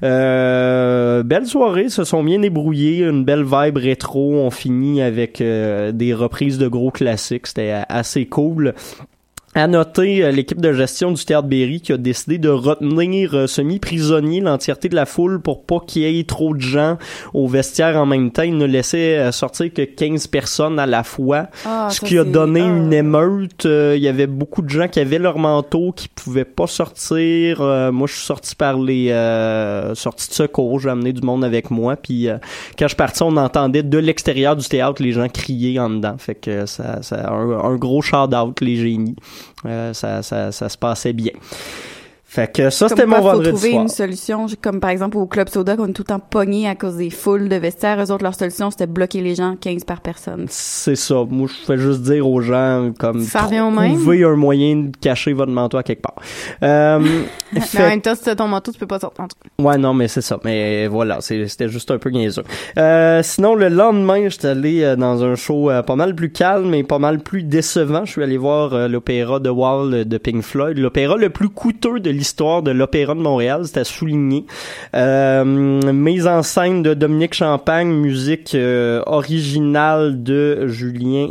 Euh, belle soirée, se sont bien débrouillés, une belle vibe rétro, on finit avec euh, des reprises de gros classiques, c'était assez cool. À noter, euh, l'équipe de gestion du Théâtre Berry qui a décidé de retenir euh, semi-prisonnier l'entièreté de la foule pour pas qu'il y ait trop de gens au vestiaire en même temps. Ils ne laissaient euh, sortir que quinze personnes à la fois, ah, ce ça, qui a donné ah. une émeute. Euh, il y avait beaucoup de gens qui avaient leur manteau, qui pouvaient pas sortir. Euh, moi, je suis sorti par les euh, sorties de secours. J'ai amené du monde avec moi. Puis euh, quand je suis parti, on entendait de l'extérieur du théâtre les gens crier en dedans. Fait que ça, ça un, un gros shout-out, les génies. Euh, ça, ça, ça se passait bien. Fait que ça, comme c'était mon faut vendredi trouver soir. une solution, comme par exemple au Club Soda, qu'on est tout le temps pogné à cause des foules de vestiaires. Eux autres, leur solution, c'était de bloquer les gens, quinze par personne. C'est ça. Moi, je fais juste dire aux gens, comme, ça revient au même. trouvez un moyen de cacher votre manteau à quelque part. Euh, mais fait... en même temps, si t'as ton manteau, tu peux pas sortir. En tout cas. Ouais, non, mais c'est ça. Mais voilà, c'est, c'était juste un peu niaiseux. Euh, sinon, le lendemain, j'étais allé dans un show euh, pas mal plus calme et pas mal plus décevant. Je suis allé voir euh, l'opéra The Wall de Pink Floyd. L'opéra le plus coûteux de l'histoire de l'opéra de Montréal, c'était souligné. Euh, mise en scène de Dominique Champagne, musique euh, originale de Julien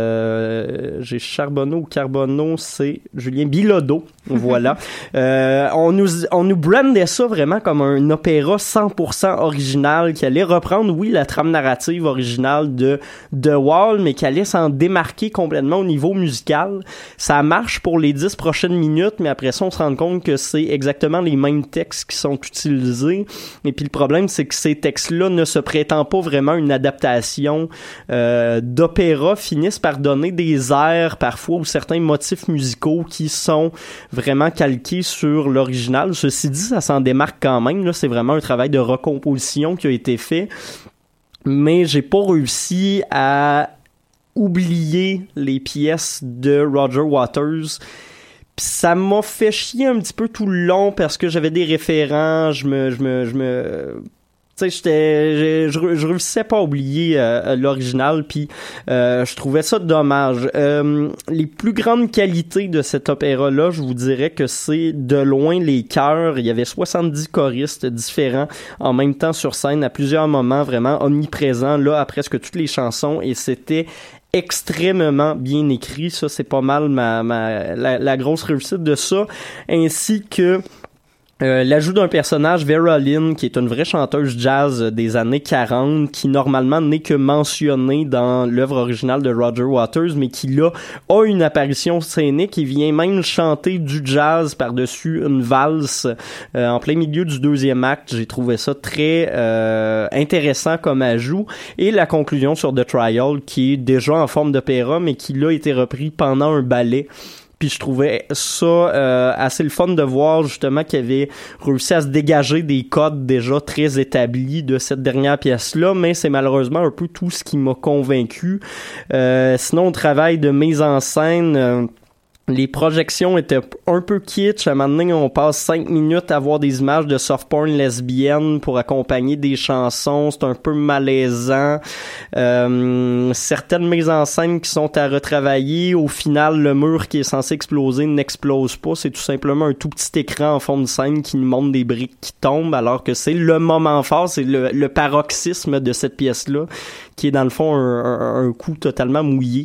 euh, j'ai Charbonneau ou Carbonneau, c'est Julien Bilodeau, voilà. euh, on nous on nous brandait ça vraiment comme un opéra cent pour cent original qui allait reprendre, oui, la trame narrative originale de The Wall, mais qui allait s'en démarquer complètement au niveau musical. Ça marche pour les dix prochaines minutes, mais après ça, on se rend compte que c'est exactement les mêmes textes qui sont utilisés. Et puis le problème, c'est que ces textes-là, ne se prétendent pas vraiment une adaptation euh, d'opéra, finissent par donner des airs parfois ou certains motifs musicaux qui sont vraiment calqués sur l'original. Ceci dit, ça s'en démarque quand même. Là, c'est vraiment un travail de recomposition qui a été fait. Mais j'ai pas réussi à oublier les pièces de Roger Waters. Pis ça m'a fait chier un petit peu tout le long parce que j'avais des référents, je me je me je me tu sais, j'étais je, je, je réussissais pas à oublier euh, l'original, puis euh, je trouvais ça dommage. Euh, les plus grandes qualités de cet opéra-là, je vous dirais que c'est de loin les chœurs. Il y avait soixante-dix choristes différents en même temps sur scène à plusieurs moments, vraiment omniprésents là à presque toutes les chansons, et c'était extrêmement bien écrit. Ça, c'est pas mal ma, ma la, la grosse réussite de ça, ainsi que Euh, l'ajout d'un personnage, Vera Lynn, qui est une vraie chanteuse jazz des années quarante, qui normalement n'est que mentionnée dans l'œuvre originale de Roger Waters, mais qui là a une apparition scénique et vient même chanter du jazz par-dessus une valse euh, en plein milieu du deuxième acte. J'ai trouvé ça très euh, intéressant comme ajout. Et la conclusion sur The Trial, qui est déjà en forme d'opéra, mais qui là a été repris pendant un ballet. Puis je trouvais ça euh, assez le fun de voir justement qu'il avait réussi à se dégager des codes déjà très établis de cette dernière pièce-là, mais c'est malheureusement un peu tout ce qui m'a convaincu. Euh, sinon, au travail de mise en scène... Euh, les projections étaient un peu kitsch. À un moment donné, on passe cinq minutes à voir des images de soft porn lesbiennes pour accompagner des chansons. C'est un peu malaisant. Euh, certaines mises en scène qui sont à retravailler. Au final, le mur qui est censé exploser n'explose pas. C'est tout simplement un tout petit écran en forme de scène qui nous montre des briques qui tombent, alors que c'est le moment fort, c'est le, le paroxysme de cette pièce-là, qui est dans le fond un, un, un coup totalement mouillé.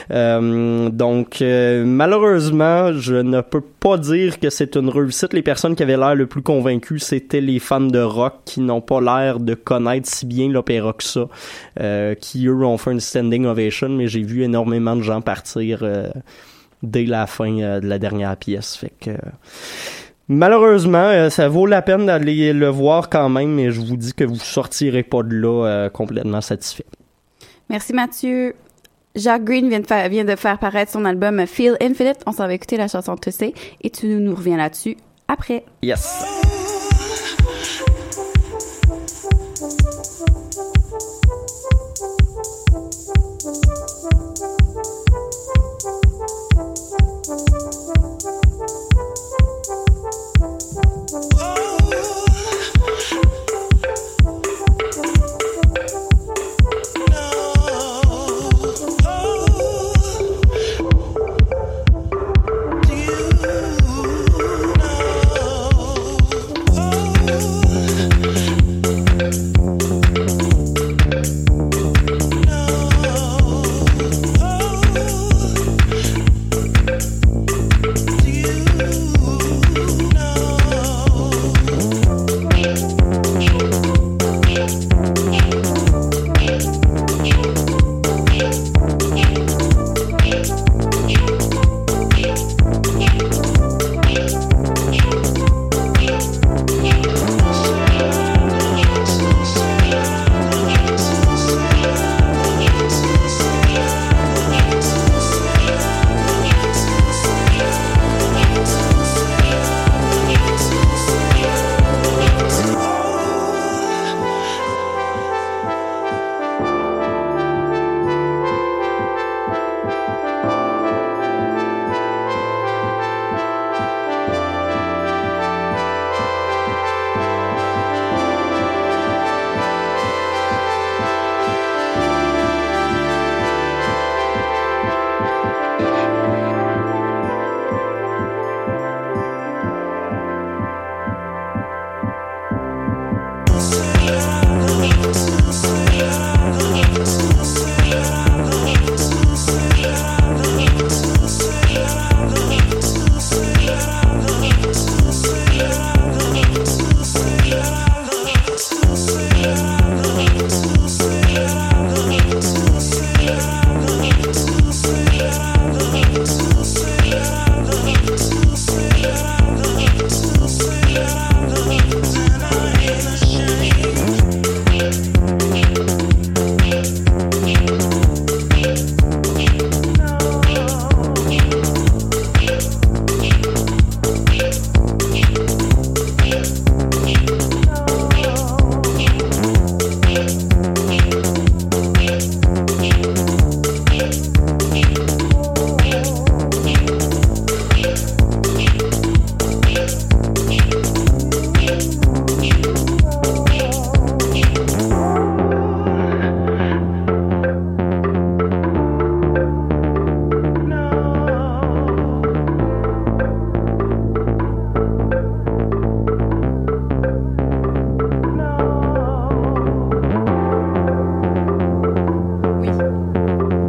Euh, donc, euh, malheureusement, je ne peux pas dire que c'est une réussite. Les personnes qui avaient l'air le plus convaincues, c'était les fans de rock qui n'ont pas l'air de connaître si bien l'opéra que ça, euh, qui eux ont fait une standing ovation, mais j'ai vu énormément de gens partir euh, dès la fin euh, de la dernière pièce. Fait que... Euh, malheureusement, euh, ça vaut la peine d'aller le voir quand même, mais je vous dis que vous sortirez pas de là euh, complètement satisfait. Merci Mathieu. Jacques Green vient de, faire, vient de faire paraître son album Feel Infinite. On s'en va écouter la chanson To Say et tu nous reviens là-dessus après. Yes.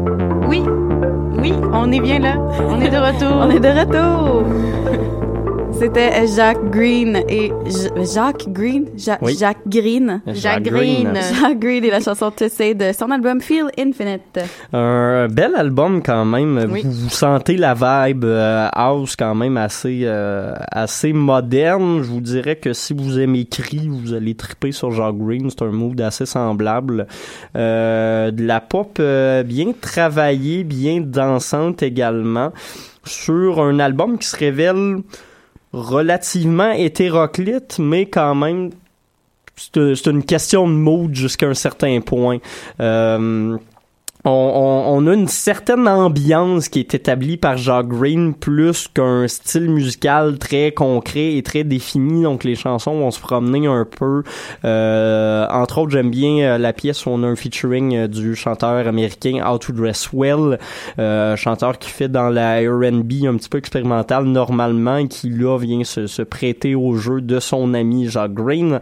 On est bien là. On est de retour. On est de retour. C'était Jacques Green et J- Jacques Green, Ja- Oui. Jacques Green, Jacques Jacques Green. Green. Jacques Green et la chanson To Say de son album Feel Infinite. Un bel album quand même. Oui. Vous, vous sentez la vibe euh, house quand même assez euh, assez moderne. Je vous dirais que si vous aimez Cri, vous allez triper sur Jacques Green. C'est un mood assez semblable. Euh, de la pop euh, bien travaillée, bien dansante également, sur un album qui se révèle relativement hétéroclite, mais quand même c'est, c'est une question de mood jusqu'à un certain point. Euh, On, on, on a une certaine ambiance qui est établie par Jacques Green plus qu'un style musical très concret et très défini. Donc les chansons vont se promener un peu. Euh, entre autres, j'aime bien euh, la pièce où on a un featuring euh, du chanteur américain How to Dress Well, euh, chanteur qui fait dans la R and B un petit peu expérimental normalement et qui là vient se, se prêter au jeu de son ami Jacques Green.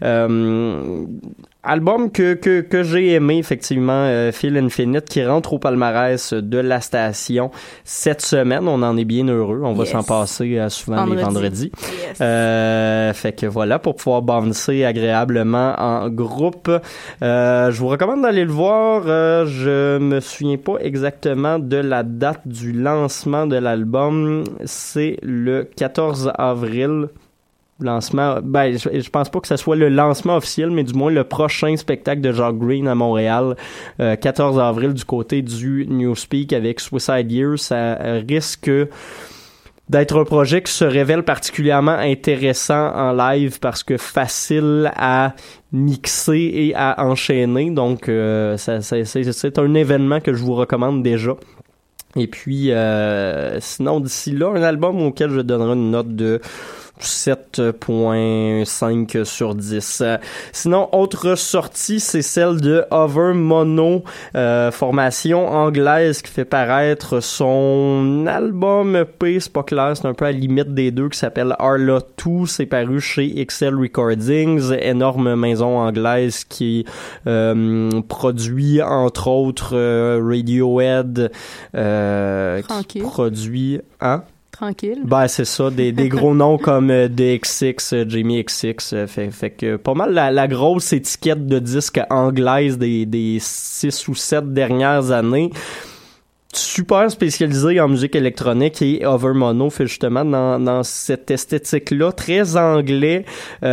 Euh, Album que, que, que j'ai aimé, effectivement, euh, Feel Infinite, qui rentre au palmarès de la station cette semaine. On en est bien heureux. On va Yes. s'en passer euh, souvent Vendredi. les vendredis. Yes. Euh, fait que voilà, pour pouvoir bouncer agréablement en groupe. Euh, je vous recommande d'aller le voir. Euh, je me souviens pas exactement de la date du lancement de l'album. C'est le quatorze avril. Lancement, ben, je, je pense pas que ce soit le lancement officiel, mais du moins le prochain spectacle de Jacques Green à Montréal, euh, quatorze avril du côté du Newspeak avec Suicide Year. Ça risque d'être un projet qui se révèle particulièrement intéressant en live parce que facile à mixer et à enchaîner. Donc, euh, ça, ça, c'est, c'est un événement que je vous recommande déjà. Et puis, euh, sinon, d'ici là, un album auquel je donnerai une note de sept virgule cinq sur dix. Euh, sinon, autre sortie, c'est celle de Over Mono, euh, formation anglaise qui fait paraître son album E P, c'est pas clair, c'est un peu à la limite des deux, qui s'appelle Arla deux, c'est paru chez X L Recordings, énorme maison anglaise qui euh, produit entre autres euh, Radiohead, euh, qui produit... Hein? Tranquille. Ben, c'est ça, des, des gros noms comme euh, D X X, euh, Jamie X X, euh, fait, fait que pas mal la, la grosse étiquette de disque anglaise des, des six ou sept dernières années. Super spécialisé en musique électronique et Over Mono fait justement dans, dans cette esthétique-là, très anglais.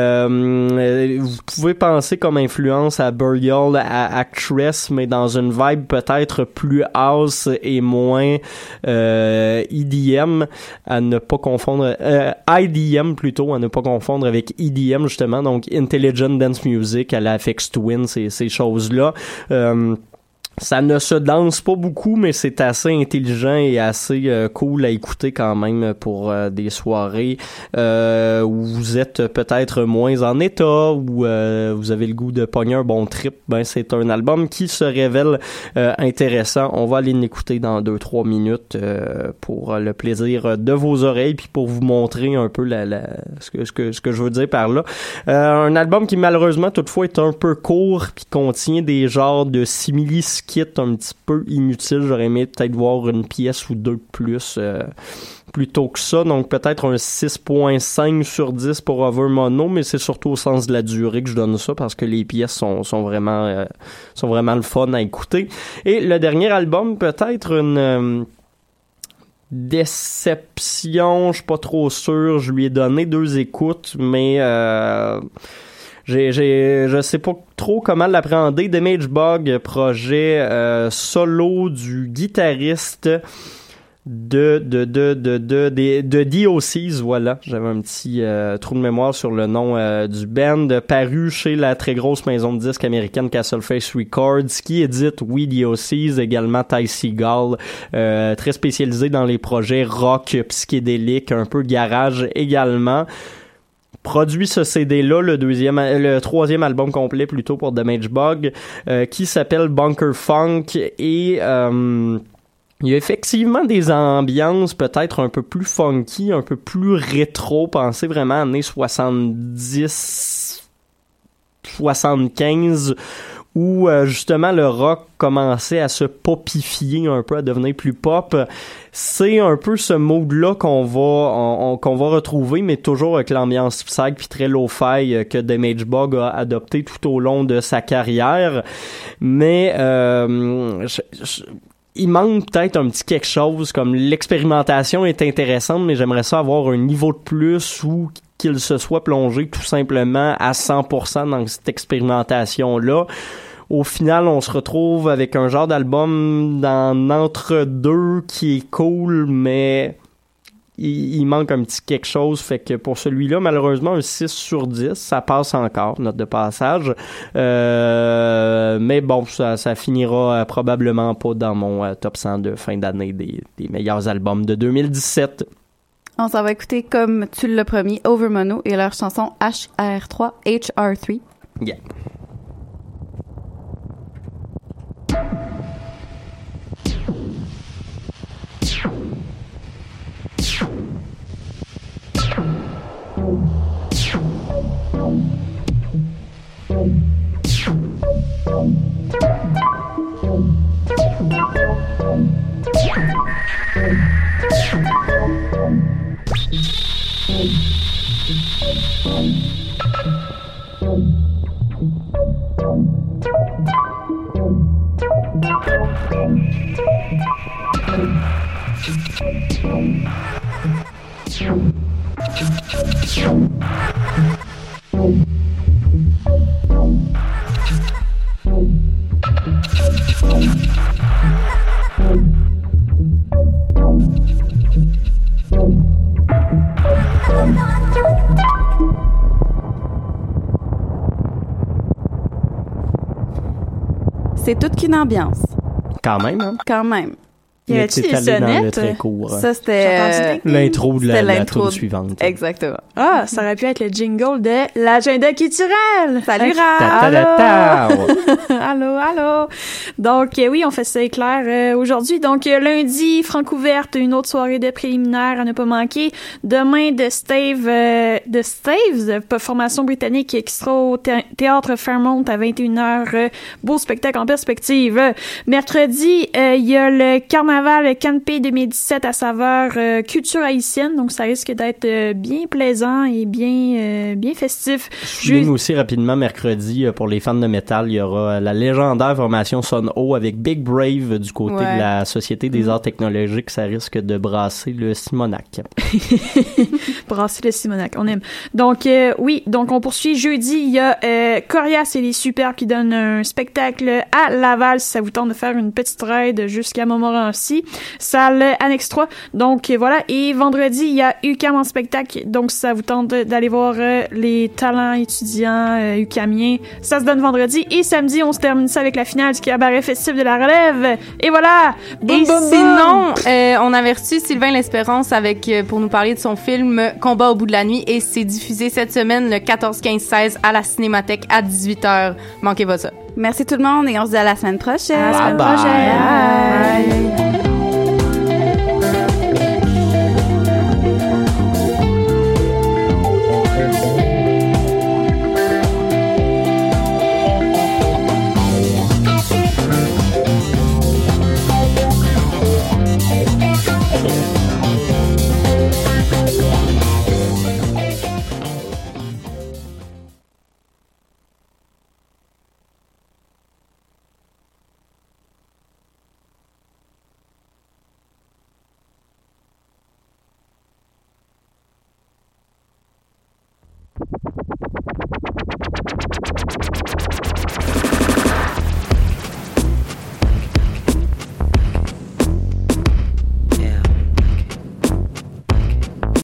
Euh, vous pouvez penser comme influence à Burial, à Actress, mais dans une vibe peut-être plus house et moins euh, E D M, à ne pas confondre, euh, I D M plutôt, à ne pas confondre avec E D M justement, donc Intelligent Dance Music à la Aphex Twin, ces, ces choses-là. Euh, Ça ne se danse pas beaucoup, mais c'est assez intelligent et assez euh, cool à écouter quand même pour euh, des soirées euh, où vous êtes peut-être moins en état, où euh, vous avez le goût de pogner un bon trip. Ben c'est un album qui se révèle euh, intéressant. On va aller l'écouter dans deux trois minutes euh, pour le plaisir de vos oreilles, puis pour vous montrer un peu la, la ce que ce que ce que je veux dire par là. Euh, un album qui malheureusement toutefois est un peu court, puis contient des genres de simili kit un petit peu inutile. J'aurais aimé peut-être voir une pièce ou deux de plus euh, plutôt que ça. Donc peut-être un six virgule cinq sur dix pour Over Mono, mais c'est surtout au sens de la durée que je donne ça parce que les pièces sont, sont vraiment euh, sont vraiment le fun à écouter. Et le dernier album, peut-être une euh, déception, je suis pas trop sûr. Je lui ai donné deux écoutes, mais euh, J'ai, j'ai, je sais pas trop comment l'appréhender. Damage Bug, projet euh, solo du guitariste de de de de de de, de D O Cs, voilà. J'avais un petit euh, trou de mémoire sur le nom euh, du band, paru chez la très grosse maison de disques américaine Castleface Records, qui édite oui D O Cs, également Ty Segall, euh, très spécialisé dans les projets rock psychédélique, un peu garage également. Produit ce C D-là, le deuxième, le troisième album complet plutôt pour Damage Bug, euh, qui s'appelle Bunker Funk, et euh, il y a effectivement des ambiances peut-être un peu plus funky, un peu plus rétro, pensez vraiment années soixante-dix, soixante-quinze, où euh, justement le rock commençait à se popifier un peu, à devenir plus pop. C'est un peu ce mood-là qu'on va on, on, qu'on va retrouver, mais toujours avec l'ambiance psych puis très lo-fi que Damage Bug a adopté tout au long de sa carrière. Mais euh, je, je, il manque peut-être un petit quelque chose, comme l'expérimentation est intéressante, mais j'aimerais ça avoir un niveau de plus où qu'il se soit plongé tout simplement à cent pour cent dans cette expérimentation-là. Au final, on se retrouve avec un genre d'album dans entre-deux qui est cool, mais il, il manque un petit quelque chose. Fait que pour celui-là, malheureusement, un six sur dix, ça passe encore, note de passage. Euh, mais bon, ça, ça finira probablement pas dans mon euh, top cent de fin d'année des, des meilleurs albums de deux mille dix-sept. On s'en va écouter, comme tu l'as promis, Overmono et leur chanson H R trois, H R trois. Yeah. C'est toute qu'une ambiance. Quand même, hein? Quand même. Y avait-tu des sonnettes? Ça, c'était l'intro de la, la tour de... suivante. Exactement. Ah, ça aurait pu être le jingle de l'agenda culturel. Salut, Raph! Allô! allô, allô! Donc, euh, oui, on fait ça éclair euh, aujourd'hui. Donc, euh, lundi, Francouverte, une autre soirée de préliminaire à ne pas manquer. Demain, de Stave, euh, de Staves, formation britannique qui sera au thé- Théâtre Fairmont à vingt et une heures. Euh, beau spectacle en perspective. Euh, mercredi, il euh, y a le carnaval le Canpé deux mille dix-sept à saveur euh, culture haïtienne, donc ça risque d'être euh, bien plaisant et bien euh, bien festif. Je souligne aussi rapidement mercredi, pour les fans de métal, il y aura la légendaire formation Son-O avec Big Brave du côté ouais. de la Société des Arts Technologiques. Ça risque de brasser le Simonac. Brasser le Simonac, on aime. Donc euh, oui, donc on poursuit jeudi, il y a euh, Corias et les Superbes qui donnent un spectacle à Laval si ça vous tente de faire une petite raid jusqu'à Montmorency. Salle Annexe trois. Donc, voilà. Et vendredi, il y a U Q A M en spectacle. Donc, si ça vous tente d'aller voir euh, les talents étudiants euh, UQAMiens, ça se donne vendredi. Et samedi, on se termine ça avec la finale du cabaret festif de la relève. Et voilà! Boum, et boum, sinon, euh, on avait reçu Sylvain L'Espérance avec, euh, pour nous parler de son film Combat au bout de la nuit. Et c'est diffusé cette semaine, le quatorze, quinze, seize à la Cinémathèque à dix-huit heures. Manquez pas ça. Merci tout le monde et on se dit à la semaine prochaine. À la semaine prochaine. Bye. Bye.